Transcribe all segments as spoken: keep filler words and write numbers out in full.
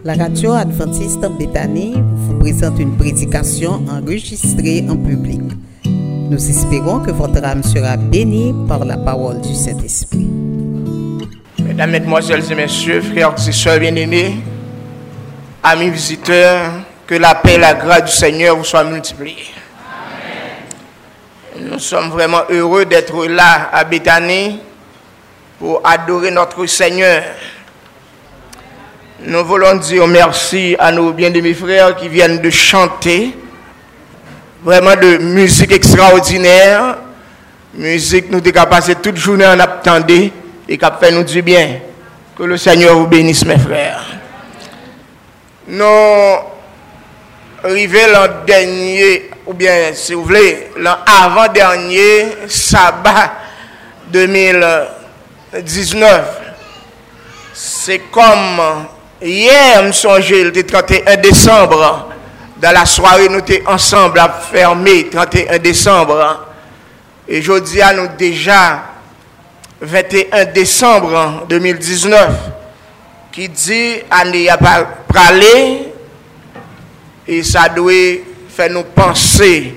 La radio adventiste en Béthanie vous présente une prédication enregistrée en public. Nous espérons que votre âme sera bénie par la parole du Saint-Esprit. Mesdames, Mesdemoiselles et Messieurs, frères et sœurs bien-aimés, amis visiteurs, que la paix et la grâce du Seigneur vous soient multipliées. Amen. Nous sommes vraiment heureux d'être là à Béthanie pour adorer notre Seigneur. Nous voulons dire merci à nos bien-aimés frères qui viennent de chanter. Vraiment de musique extraordinaire. Musique nous avons passé toute journée en attendant et qui a fait nous du bien. Que le Seigneur vous bénisse, mes frères. Nous arrivons l'an dernier, ou bien si vous voulez, l'an avant-dernier, sabbat deux mille dix-neuf. C'est comme hier, me songeais, le trente et un décembre, dans la soirée, nous étions ensemble à fermer, trente et un décembre. Et aujourd'hui, nous déjà vingt et un décembre deux mille dix-neuf, qui dit année à praler, et ça doit faire nous penser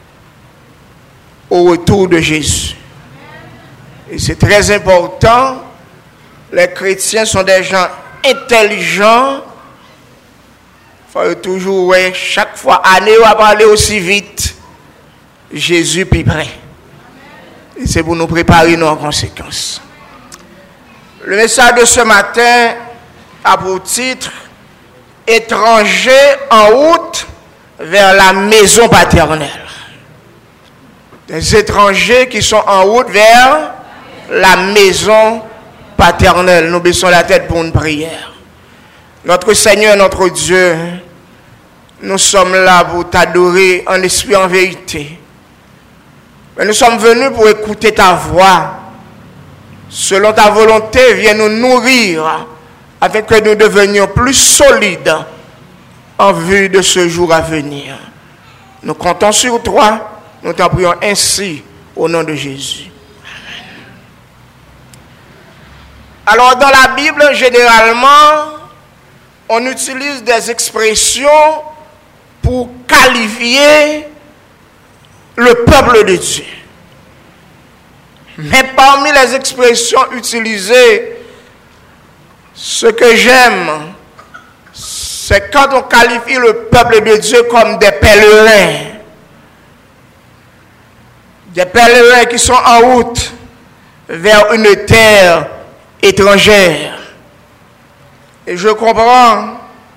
au retour de Jésus. Et c'est très important. Les chrétiens sont des gens intelligents. Il faut toujours, ouais, chaque fois, année, on va parler aussi vite. Jésus est prêt. Et c'est pour nous préparer nos conséquences. Le message de ce matin a pour titre « Étrangers en route vers la maison paternelle ». Des étrangers qui sont en route vers la maison paternelle. Nous baissons la tête pour une prière. Notre Seigneur, notre Dieu, nous sommes là pour t'adorer en esprit, en vérité. Mais nous sommes venus pour écouter ta voix. Selon ta volonté, viens nous nourrir afin que nous devenions plus solides en vue de ce jour à venir. Nous comptons sur toi. Nous t'en prions ainsi au nom de Jésus. Alors, dans la Bible, généralement, on utilise des expressions pour qualifier le peuple de Dieu. Mais parmi les expressions utilisées, ce que j'aime, c'est quand on qualifie le peuple de Dieu comme des pèlerins. Des pèlerins qui sont en route vers une terre étrangère. Et je comprends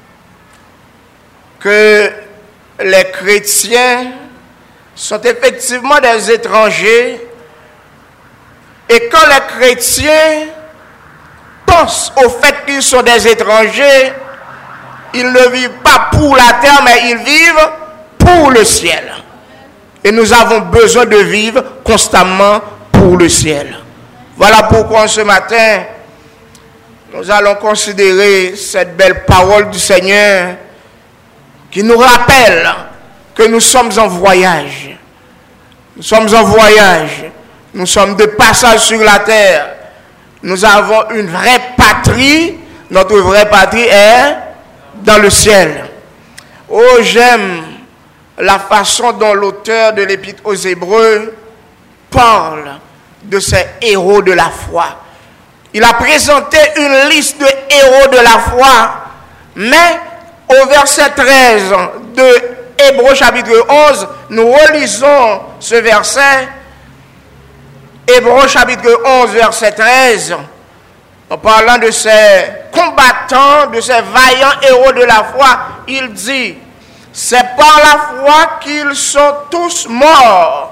que les chrétiens sont effectivement des étrangers et quand les chrétiens pensent au fait qu'ils sont des étrangers, ils ne vivent pas pour la terre, mais ils vivent pour le ciel. Et nous avons besoin de vivre constamment pour le ciel. Voilà pourquoi ce matin, nous allons considérer cette belle parole du Seigneur qui nous rappelle que nous sommes en voyage. Nous sommes en voyage. Nous sommes de passage sur la terre. Nous avons une vraie patrie. Notre vraie patrie est dans le ciel. Oh, j'aime la façon dont l'auteur de l'Épître aux Hébreux parle de ces héros de la foi. Il a présenté une liste de héros de la foi, mais au verset treize de Hébreux chapitre onze, nous relisons ce verset. Hébreux chapitre onze, verset treize, en parlant de ces combattants, de ces vaillants héros de la foi, il dit, c'est par la foi qu'ils sont tous morts,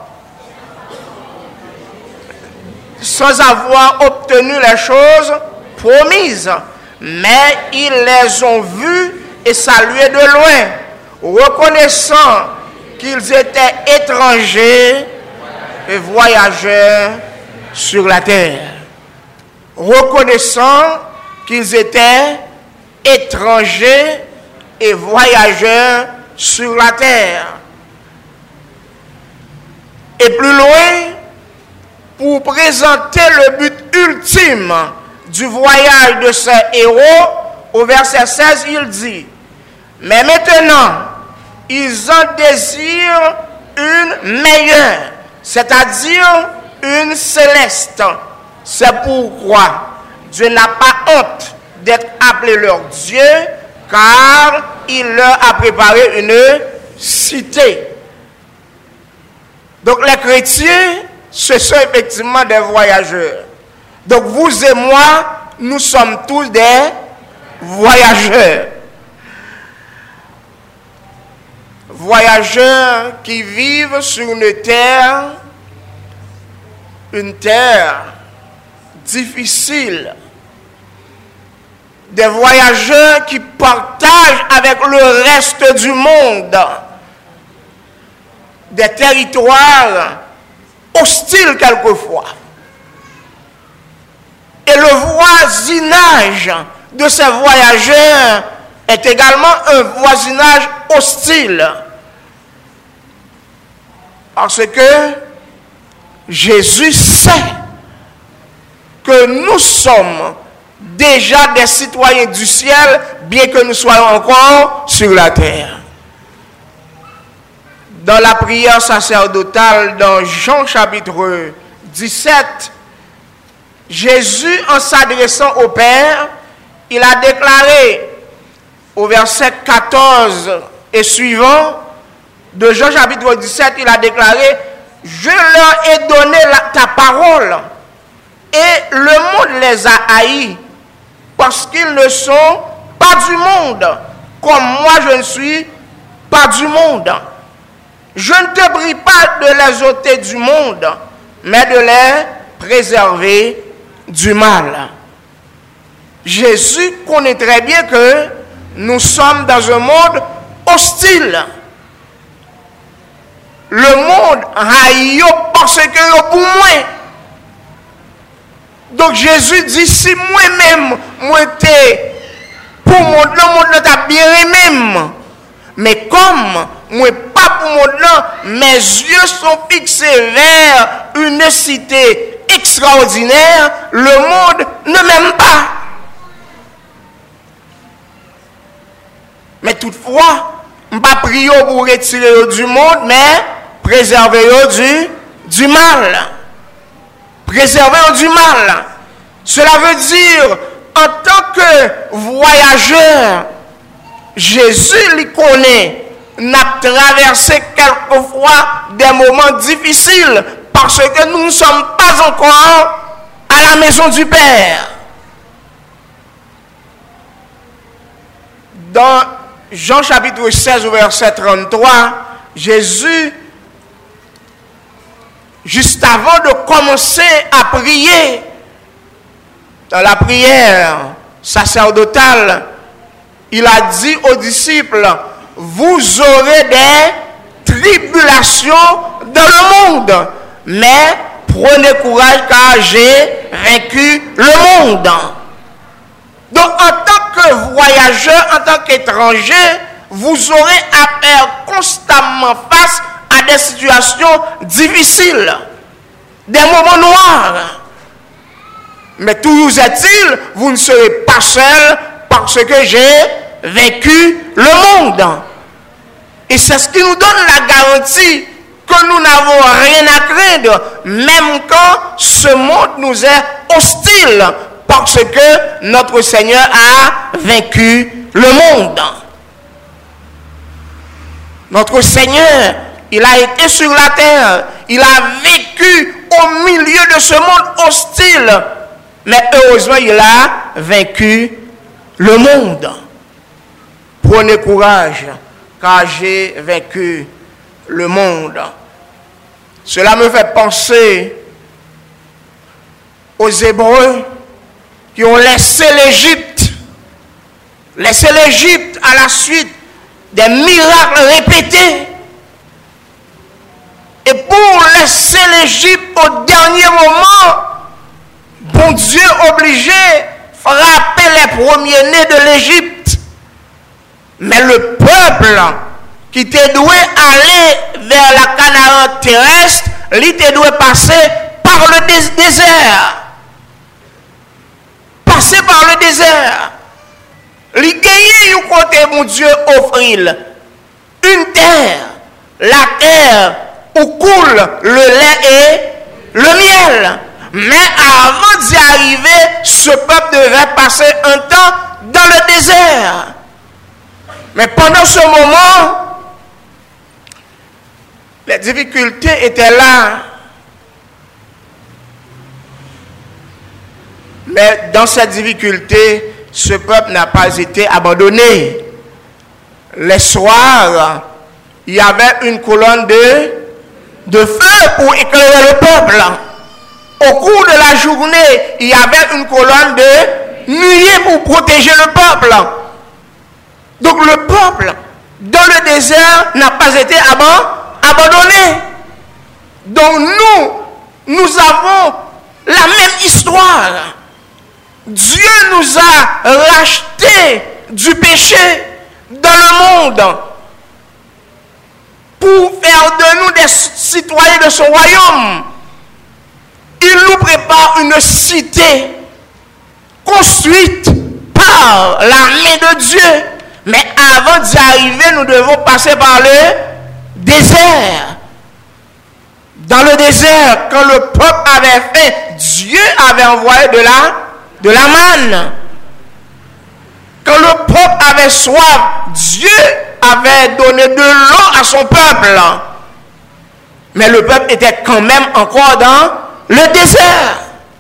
sans avoir obtenu les choses promises, mais ils les ont vus et salués de loin, reconnaissant qu'ils étaient étrangers et voyageurs sur la terre. Reconnaissant qu'ils étaient étrangers et voyageurs sur la terre. Et plus loin, pour présenter le but ultime du voyage de ces héros, au verset seize, il dit, mais maintenant, ils en désirent une meilleure, c'est-à-dire une céleste. C'est pourquoi Dieu n'a pas honte d'être appelé leur Dieu, car il leur a préparé une cité. Donc les chrétiens, ce sont effectivement des voyageurs. Donc vous et moi, nous sommes tous des voyageurs. Voyageurs qui vivent sur une terre, une terre difficile. Des voyageurs qui partagent avec le reste du monde des territoires hostiles quelquefois. Et le voisinage de ces voyageurs est également un voisinage hostile. Parce que Jésus sait que nous sommes déjà des citoyens du ciel, bien que nous soyons encore sur la terre. Dans la prière sacerdotale, dans Jean chapitre dix-sept, Jésus, en s'adressant au Père, il a déclaré au verset quatorze et suivant de Jean chapitre dix-sept, il a déclaré, « Je leur ai donné la, ta parole, et le monde les a haïs, parce qu'ils ne sont pas du monde, comme moi je ne suis pas du monde. Je ne te prie pas de les ôter du monde, mais de les préserver du mal. » Jésus connaît très bien que nous sommes dans un monde hostile. Le monde haït parce que pour moi. Donc Jésus dit, si moi-même, moi t'ai pour le monde, le monde t'a bien même. Mais comme moi pas pour le monde, mes yeux sont fixés vers une cité extraordinaire, le monde ne m'aime pas. Mais toutefois, je ne pas prier pour retirer du monde, mais préserver du, du mal. Préserver du mal. Cela veut dire, en tant que voyageur, Jésus lui connaît, n'a traversé quelquefois des moments difficiles parce que nous ne sommes pas encore à la maison du Père. Dans Jean chapitre seize, verset trente-trois, Jésus, juste avant de commencer à prier, dans la prière sacerdotale, il a dit aux disciples, vous aurez des tribulations dans le monde, mais prenez courage car j'ai vaincu le monde. Donc en tant que voyageur, en tant qu'étranger, vous aurez à faire constamment face à des situations difficiles, des moments noirs. Mais toujours est-il, vous ne serez pas seul parce que j'ai vaincu le monde. Et c'est ce qui nous donne la garantie que nous n'avons rien à craindre, même quand ce monde nous est hostile, parce que notre Seigneur a vaincu le monde. Notre Seigneur, il a été sur la terre, il a vécu au milieu de ce monde hostile, mais heureusement, il a vaincu le monde. Prenez courage, car j'ai vaincu le monde. Cela me fait penser aux Hébreux qui ont laissé l'Égypte, laissé l'Égypte à la suite des miracles répétés. Et pour laisser l'Égypte au dernier moment, bon Dieu obligé frapper les premiers-nés de l'Égypte. Mais le peuple qui était doué aller vers la Canaan terrestre, il était doué passer par le désert. Passer par le désert. li gagne un côté mon Dieu offrir une terre, la terre où coule le lait et le miel. Mais avant d'y arriver, ce peuple devait passer un temps dans le désert. Mais pendant ce moment, les difficultés étaient là. Mais dans cette difficulté, ce peuple n'a pas été abandonné. Les soirs, il y avait une colonne de, de feu pour éclairer le peuple. Au cours de la journée, il y avait une colonne de nuée pour protéger le peuple. Donc le peuple, dans le désert, n'a pas été abandonné. Donc nous, nous avons la même histoire. Dieu nous a rachetés du péché dans le monde pour faire de nous des citoyens de son royaume. Il nous prépare une cité construite par la main de Dieu. Mais avant d'y arriver, nous devons passer par le désert. Dans le désert, quand le peuple avait faim, Dieu avait envoyé de la, de la manne. Quand le peuple avait soif, Dieu avait donné de l'eau à son peuple. Mais le peuple était quand même encore dans le désert.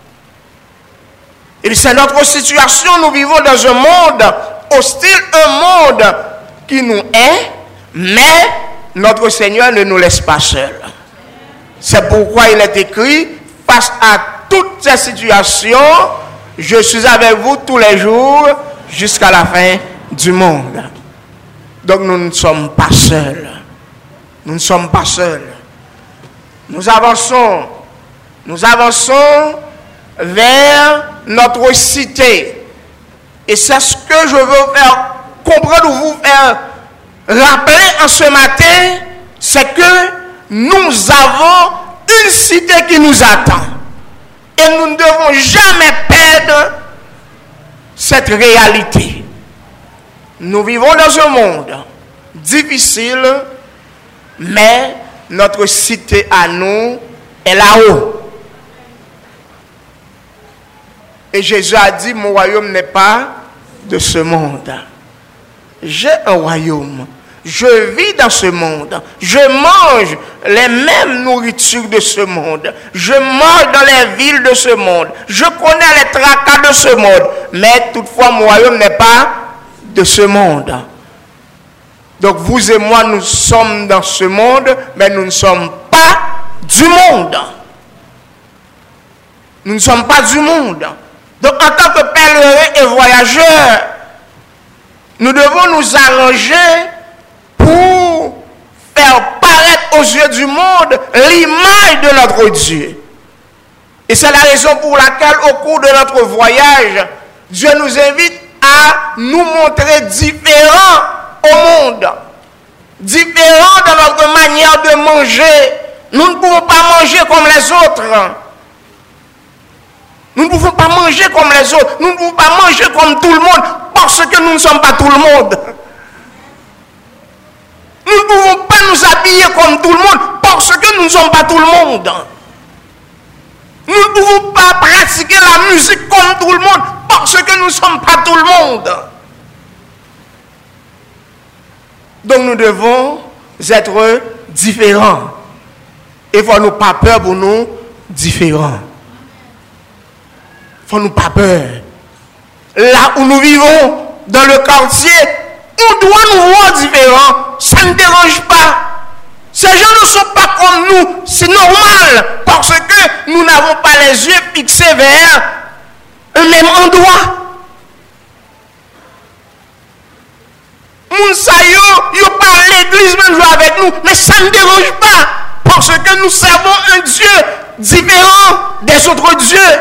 Et c'est notre situation. Nous vivons dans un monde hostile, un monde qui nous hait, mais notre Seigneur ne nous laisse pas seuls. C'est pourquoi il est écrit, face à toutes ces situations, je suis avec vous tous les jours jusqu'à la fin du monde. Donc nous ne sommes pas seuls. Nous ne sommes pas seuls. Nous avançons. Nous avançons vers notre cité. Et c'est ce que je veux faire comprendre ou vous faire rappeler en ce matin, c'est que nous avons une cité qui nous attend. Et nous ne devons jamais perdre cette réalité. Nous vivons dans un monde difficile, mais notre cité à nous est là-haut. Et Jésus a dit, mon royaume n'est pas de ce monde. J'ai un royaume. Je vis dans ce monde. Je mange les mêmes nourritures de ce monde. Je mange dans les villes de ce monde. Je connais les tracas de ce monde. Mais toutefois, mon royaume n'est pas de ce monde. Donc vous et moi, nous sommes dans ce monde, mais nous ne sommes pas du monde. Nous ne sommes pas du monde. Donc en tant que pèlerins et voyageurs, nous devons nous arranger pour faire paraître aux yeux du monde l'image de notre Dieu. Et c'est la raison pour laquelle au cours de notre voyage, Dieu nous invite à nous montrer différents au monde. Différents dans notre manière de manger. Nous ne pouvons pas manger comme les autres. Nous ne pouvons pas manger comme les autres. Nous ne pouvons pas manger comme tout le monde parce que nous ne sommes pas tout le monde. Nous ne pouvons pas nous habiller comme tout le monde parce que nous ne sommes pas tout le monde. Nous ne pouvons pas pratiquer la musique comme tout le monde parce que nous ne sommes pas tout le monde. Donc nous devons être différents. Et il ne faut nous pas peur pour nous différents. Il ne faut nous pas peur. Là où nous vivons, dans le quartier, on doit nous voir différents. Ça ne dérange pas. Ces gens ne sont pas comme nous. C'est normal. Parce que nous n'avons pas les yeux fixés vers un même endroit. Moun sa yo, yo pas l'église même jouer avec nous. Mais ça ne dérange pas. Parce que nous servons un Dieu différent des autres dieux.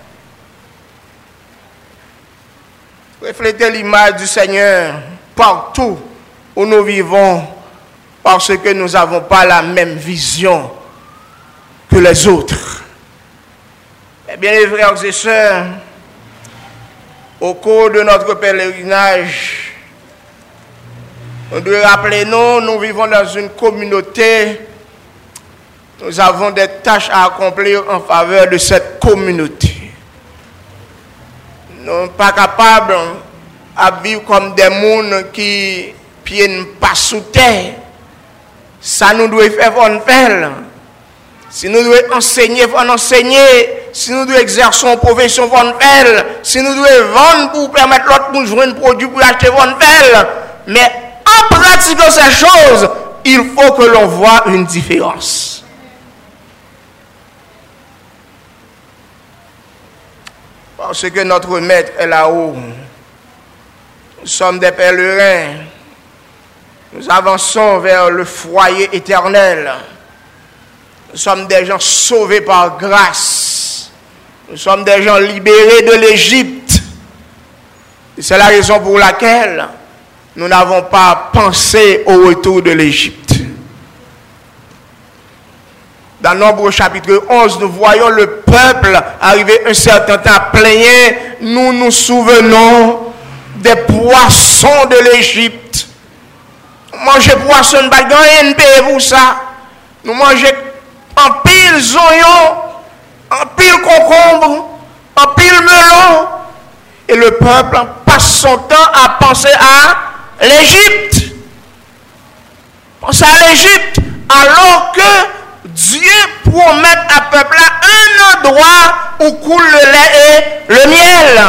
Reflétez l'image du Seigneur partout où nous vivons parce que nous n'avons pas la même vision que les autres. Eh bien, les frères et sœurs, Au cours de notre pèlerinage, on doit rappeler, nous, nous vivons dans une communauté, nous avons des tâches à accomplir en faveur de cette communauté. Nous ne sommes pas capables de vivre comme des gens qui ne pas sous terre. Ça nous doit faire von faire. Si nous devons enseigner, il faut enseigner. Si nous devons exercer une profession, il faut faire. Si nous devons vendre pour permettre l'autre pour jouer un produit pour acheter, il faut faire. Mais en pratiquant ces choses, il faut que l'on voit une différence. Parce que notre maître est là-haut. Nous sommes des pèlerins. Nous avançons vers le foyer éternel. Nous sommes des gens sauvés par grâce. Nous sommes des gens libérés de l'Égypte. Et c'est la raison pour laquelle nous n'avons pas pensé au retour de l'Égypte. Dans Nombre chapitre onze, nous voyons le peuple arriver un certain temps à plaigner. Nous nous souvenons des poissons de l'Égypte. Manger poisson, pas gagner paye pour ça. Nous mangeons en pile oignons, en pile concombre, en pile melon. Et le peuple passe son temps à penser à l'Égypte. Penser à l'Égypte, alors que Dieu promet à peuple un endroit où coule le lait et le miel.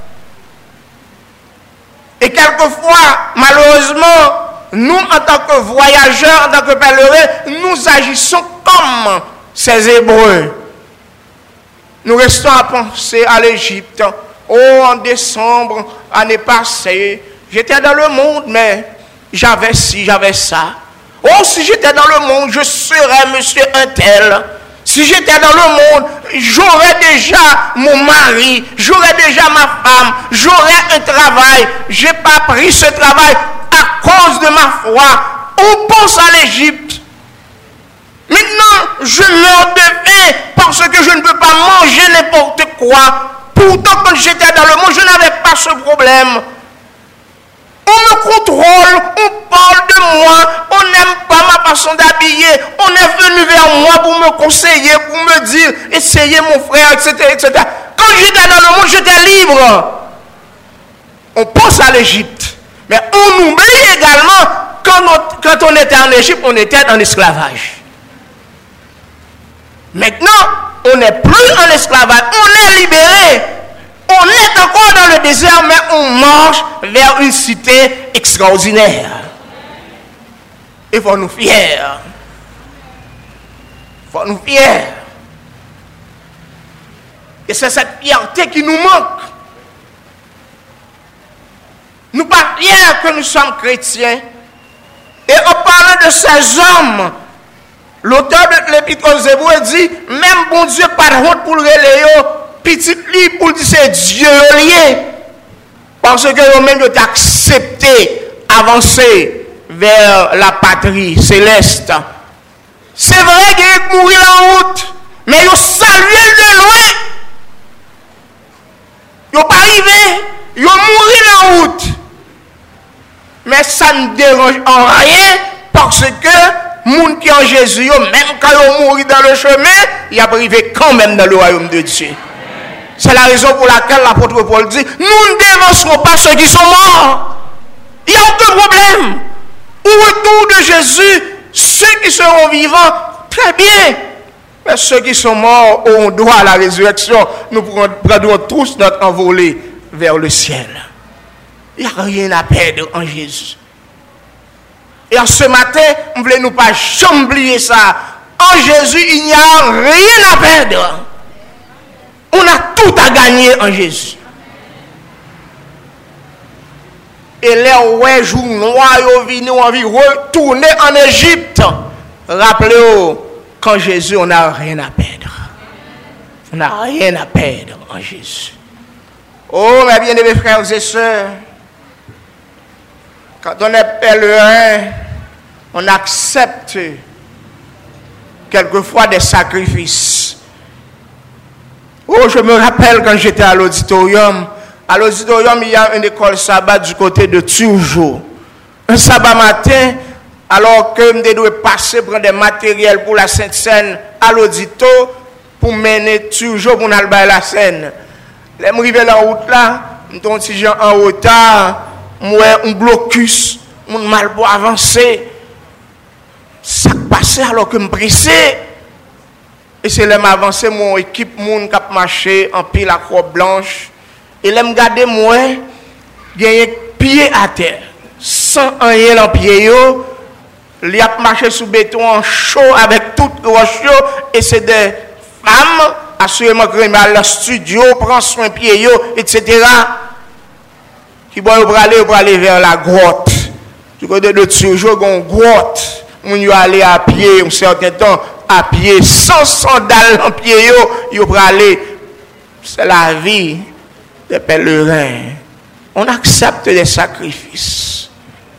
Et quelquefois, malheureusement, nous, en tant que voyageurs, en tant que pèlerins, nous agissons comme ces Hébreux. Nous restons à penser à l'Égypte. Oh, en décembre, année passée, j'étais dans le monde, mais j'avais ci, j'avais ça. Oh, si j'étais dans le monde, je serais monsieur un tel. Si j'étais dans le monde, j'aurais déjà mon mari, j'aurais déjà ma femme, j'aurais un travail. Je n'ai pas pris ce travail à cause de ma foi. On pense à l'Égypte. Maintenant, je meurs de faim parce que je ne peux pas manger n'importe quoi. Pourtant, quand j'étais dans le monde, je n'avais pas ce problème. On me contrôle, on parle de moi, on n'aime pas ma façon d'habiller, on est venu vers moi pour me conseiller, pour me dire, essayez mon frère, et cetera, et cetera. Quand j'étais dans le monde, j'étais libre. On pense à l'Égypte. Mais on oublie également, quand on, quand on était en Égypte, on était en esclavage. Maintenant, on n'est plus en esclavage, on est libéré. On est encore dans le désert, mais on marche vers une cité extraordinaire. Il faut nous fier. Il faut nous fier. Et c'est cette fierté qui nous manque. Nous pas fiers que nous sommes chrétiens. Et en parlant de ces hommes, l'auteur de l'Épître aux Hébreux dit, même bon Dieu, pas de honte pour le relayer. Petit livre pour dire c'est Dieu lié. Parce que eux-mêmes ont accepté avancer vers la patrie céleste. C'est vrai qu'ils ont mouru en route, mais ils ont salué de loin. Ils n'ont pas arrivé, ils ont mouru en route. Mais ça ne dérange en rien parce que les gens qui ont Jésus, même quand ils ont mouru dans le chemin, ils ont arrivé quand même dans le royaume de Dieu. C'est la raison pour laquelle l'apôtre Paul dit, nous ne dénoncerons pas ceux qui sont morts. Il n'y a aucun problème. Au retour de Jésus, ceux qui seront vivants, très bien. Mais ceux qui sont morts auront droit à la résurrection. Nous prendrons tous notre envolée vers le ciel. Il n'y a rien à perdre en Jésus. Et en ce matin, on ne voulait nous pas jamais oublier ça. En Jésus, il n'y a rien à perdre. On a tout à gagner en Jésus. Et les ouais jours noirs ont venu envie retourner en Égypte. Rappelez-vous, quand Jésus, on n'a rien à perdre. On n'a rien à perdre en Jésus. Oh, mes bien-aimés frères et sœurs, quand on est pèlerin, on accepte quelquefois des sacrifices. Oh, je me rappelle quand j'étais à l'auditorium À l'auditorium, il y a une école sabbat du côté de Turgeau. Un sabbat matin, alors que je dois passer prendre des matériels pour la Sainte Seine à l'audito pour mener Turgeau pour aller à la Seine. Je suis arrivé en route là, je suis en retard, moi un blocus, mon mal pour avancer. Ça passait alors que je me pressé. Et c'est là que avancé mon équipe moun qui a marché en pile à croix blanche. Et là me garder moi gagner pied à terre sans rien dans pied yo. Il a marché sous béton en chaud avec toute roche et c'est des femmes assurément qui dans le studio prend soin pied yo et cetera qui vont aller pour aller vers la grotte. Du côté de toujours une grotte. On y aller à pied un certain temps à pied sans sandales en pied yo yo pour aller. C'est la vie des pèlerins. On accepte les sacrifices.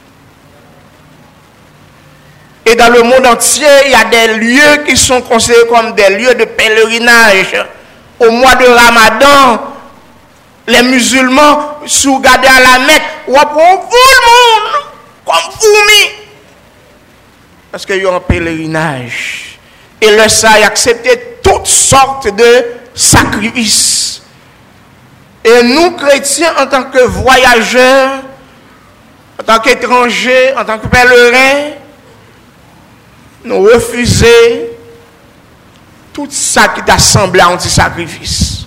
Et dans le monde entier, il y a des lieux qui sont considérés comme des lieux de pèlerinage. Au mois de Ramadan, les musulmans, si vous regardez à la Mecque, vous avez tout le monde comme fourmis. Parce qu'il y a un pèlerinage. Et le ça a accepté toutes sortes de sacrifices. Et nous, chrétiens, en tant que voyageurs, en tant qu'étrangers, en tant que pèlerins, nous refusons tout ça qui t'a semblé un petit sacrifice.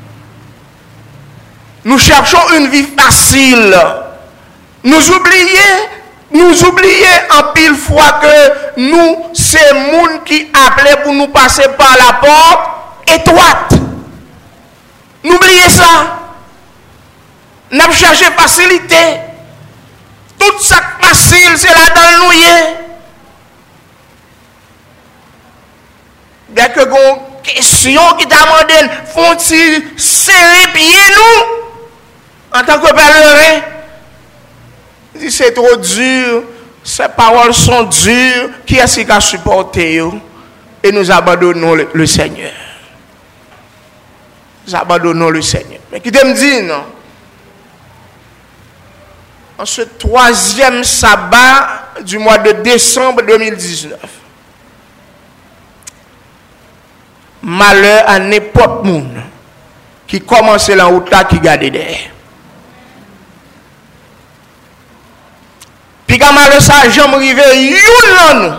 Nous cherchons une vie facile. Nous oublions, nous oublions en pile fois que nous, c'est monde qui appelait pour nous passer par la porte étroite. N'oubliez ça. Nous cherchons facilité. Tout ça facile, c'est là dans le nouillet. Bien que une question qui t'a demandé, font-ils serrer pieds nous en tant que pèlerins? Si c'est trop dur, ces paroles sont dures, qui est-ce qui a supporté? Et nous abandonnons le, le Seigneur. Nous abandonnons le Seigneur. Mais qui te me dit, non? En ce troisième sabbat du mois de décembre deux mille dix-neuf, malheur à n'importe monde qui commence la route là qui garde derrière. Puis quand malheur ça, j'aime arriver yon nous.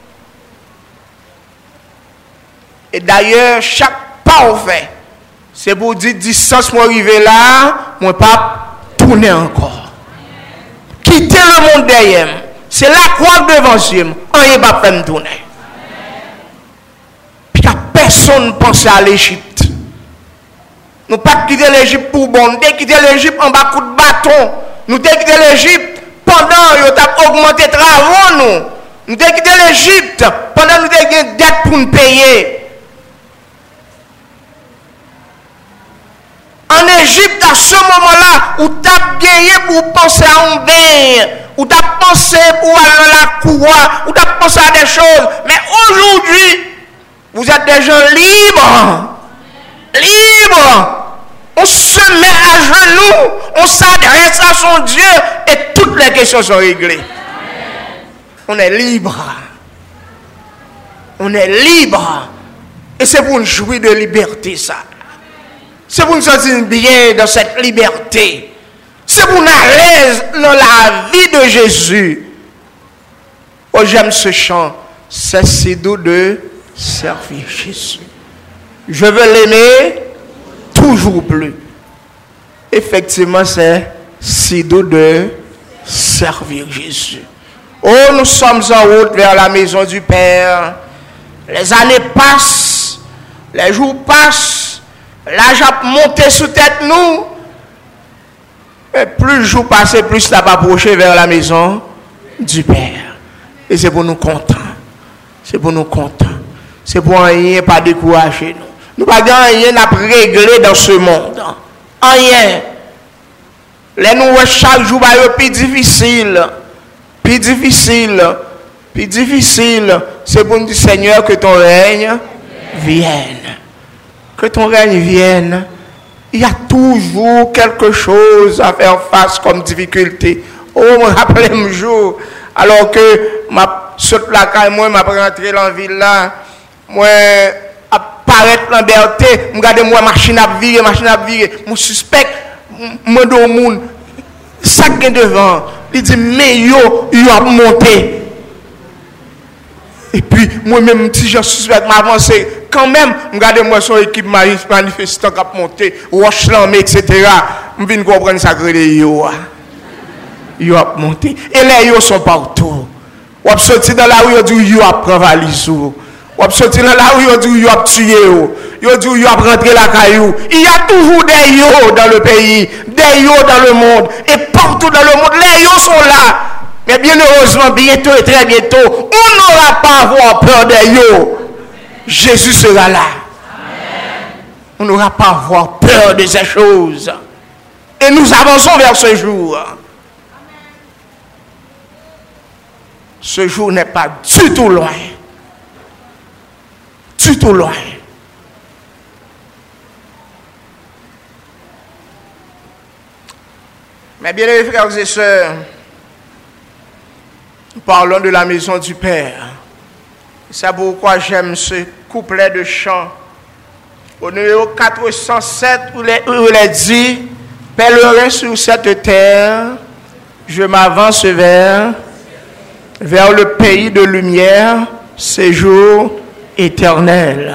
Et d'ailleurs, chaque pas au fait, c'est pour dire distance moi arriver là, moi pas tourner encore. Quitter le monde derrière. C'est la croix devant Dieu. On n'est pas fait me tourner. Puis personne ne pense à l'Égypte. Nous ne pas quitter l'Égypte pour bon. Nous quitter l'Égypte en bas coup de bâton. Nous quitté l'Égypte pendant que nous avons augmenté les travaux. Nous nous quitté l'Égypte pendant que nous avons des dettes pour nous payer. En Égypte, à ce moment-là, où tu as gagné pour penser à un bain, où tu as pensé pour aller dans la cour, où tu as pensé à des choses. Mais aujourd'hui, vous êtes des gens libres. Libres. On se met à genoux, on s'adresse à son Dieu et toutes les questions sont réglées. On est libre. On est libre. Et c'est pour nous jouir de liberté, ça. C'est pour nous sentir bien dans cette liberté. C'est pour nous à l'aise dans la vie de Jésus. Oh, j'aime ce chant. C'est si doux de servir Jésus. Je veux l'aimer toujours plus. Effectivement, c'est si doux de servir Jésus. Oh, nous sommes en route vers la maison du Père. Les années passent, les jours passent. L'âge a monté sous tête nous. Et plus le jour passe, plus ça va approcher vers la maison du Père. Et c'est pour nous contents. C'est pour nous contents. C'est pour rien pas décourager nous. Nous pas rien à régler dans ce monde. Rien. Les nous chaque jour va plus difficile. Plus difficile. Plus difficile. C'est pour nous dire Seigneur que ton règne vienne. Que ton règne vienne. il y a toujours quelque chose à faire face comme difficulté. Oh, je me rappelle un jour, alors que ma saute la caille, moi, je suis rentré dans la ville là, moi, apparaître dans la liberté, je regarde moi, machine à virer, machine à virer, je suspect, je me dis au monde, ça qui est devant, il dit, mais yo, il a monté. Et puis, moi-même, si je suspecte m'avancer, quand même, regardez-moi son équipe manifestant qui a monté, roche l'armée, et cetera. Je viens comprendre ça que les yo. Yo a monté. Et les yo sont partout. Ou a sorti dans la rue, yo dit yo a pris valise. Ou a sorti dans la rue, yo dit yo a tué. Yo dit yo a rentré la caillou. Il y a toujours des yo dans le pays, des yo dans le monde. Et partout dans le monde, les yo sont là. Mais bien heureusement, bientôt et très bientôt, on n'aura pas à avoir peur des yo. Jésus sera là. Amen. On n'aura pas à avoir peur de ces choses. Et nous avançons vers ce jour. Amen. Ce jour n'est pas du tout loin. Du tout loin. Mes bien-aimés frères et sœurs, nous parlons de la maison du Père. C'est pourquoi j'aime ce couplet de chant. Au numéro quatre cent sept, où il est dit, pèlerin sur cette terre, je m'avance vers, vers le pays de lumière, séjour éternel.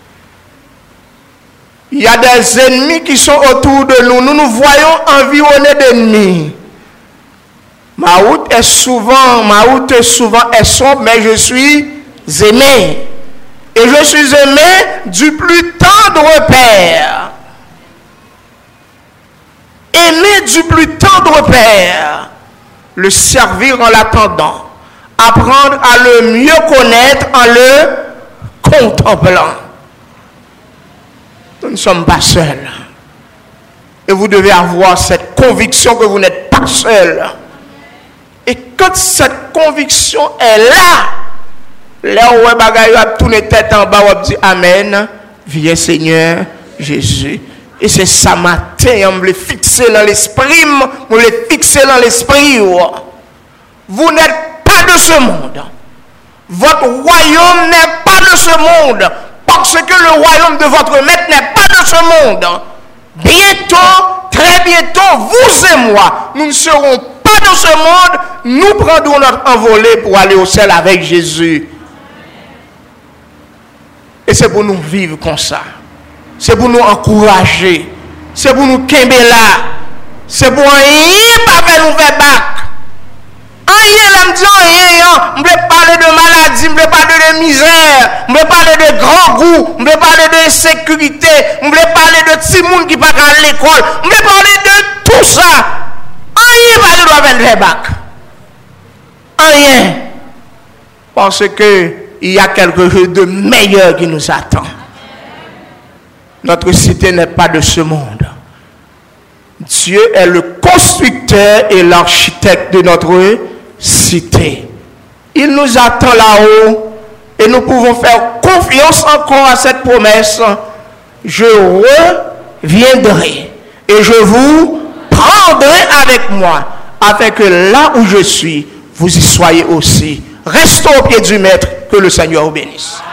Il y a des ennemis qui sont autour de nous. Nous nous voyons environnés d'ennemis. Ma route est souvent, ma route souvent est sombre, mais je suis aimé. Et je suis aimé du plus tendre Père. Aimé du plus tendre Père. Le servir en l'attendant. Apprendre à le mieux connaître en le contemplant. Nous ne sommes pas seuls. Et vous devez avoir cette conviction que vous n'êtes pas seuls. Et quand cette conviction est là, là où bagaille a tourné tête en bas, on dit Amen, viens Seigneur Jésus. Et c'est ça matin, on me le fixer dans l'esprit, on me le fixer dans l'esprit. Vous n'êtes pas de ce monde. Votre royaume n'est pas de ce monde. Parce que le royaume de votre maître n'est pas de ce monde. Bientôt, très bientôt, vous et moi, nous ne serons pas de ce monde. Nous prendrons notre envolée pour aller au ciel avec Jésus. Et c'est pour nous vivre comme ça. C'est pour nous encourager. C'est pour nous quimber là. C'est pour rien pas faire nous faire bac. Rien là me dit rien. Je veux parler de maladie, je veux parler de misère, je veux parler de grand goût, je veux parler de insécurité, je veux parler de petits monde qui pas à l'école, je veux parler de tout ça. Rien pas de doit faire bac. Rien. Parce que il y a quelque chose de meilleur qui nous attend. Notre cité n'est pas de ce monde. Dieu est le constructeur et l'architecte de notre cité. Il nous attend là-haut et nous pouvons faire confiance encore à cette promesse. Je reviendrai et je vous prendrai avec moi afin que là où je suis, vous y soyez aussi. Restons au pied du Maître, que le Seigneur vous bénisse.